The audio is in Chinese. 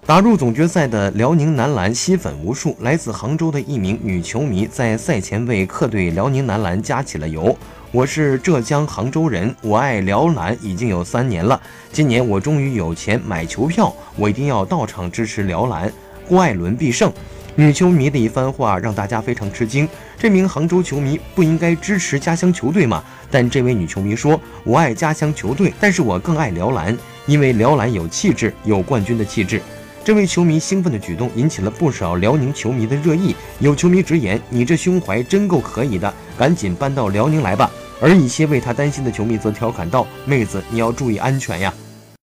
打入总决赛的辽宁男篮吸粉无数，来自杭州的一名女球迷在赛前为客队辽宁男篮加起了油。我是浙江杭州人，我爱辽篮已经有3年了。今年我终于有钱买球票，我一定要到场支持辽篮，郭艾伦必胜。女球迷的一番话让大家非常吃惊。这名杭州球迷不应该支持家乡球队吗？但这位女球迷说：“我爱家乡球队，但是我更爱辽篮，因为辽篮有气质，有冠军的气质。”这位球迷兴奋的举动引起了不少辽宁球迷的热议，有球迷直言：“你这胸怀真够可以的，赶紧搬到辽宁来吧。”而一些为他担心的球迷则调侃道：“妹子，你要注意安全呀。”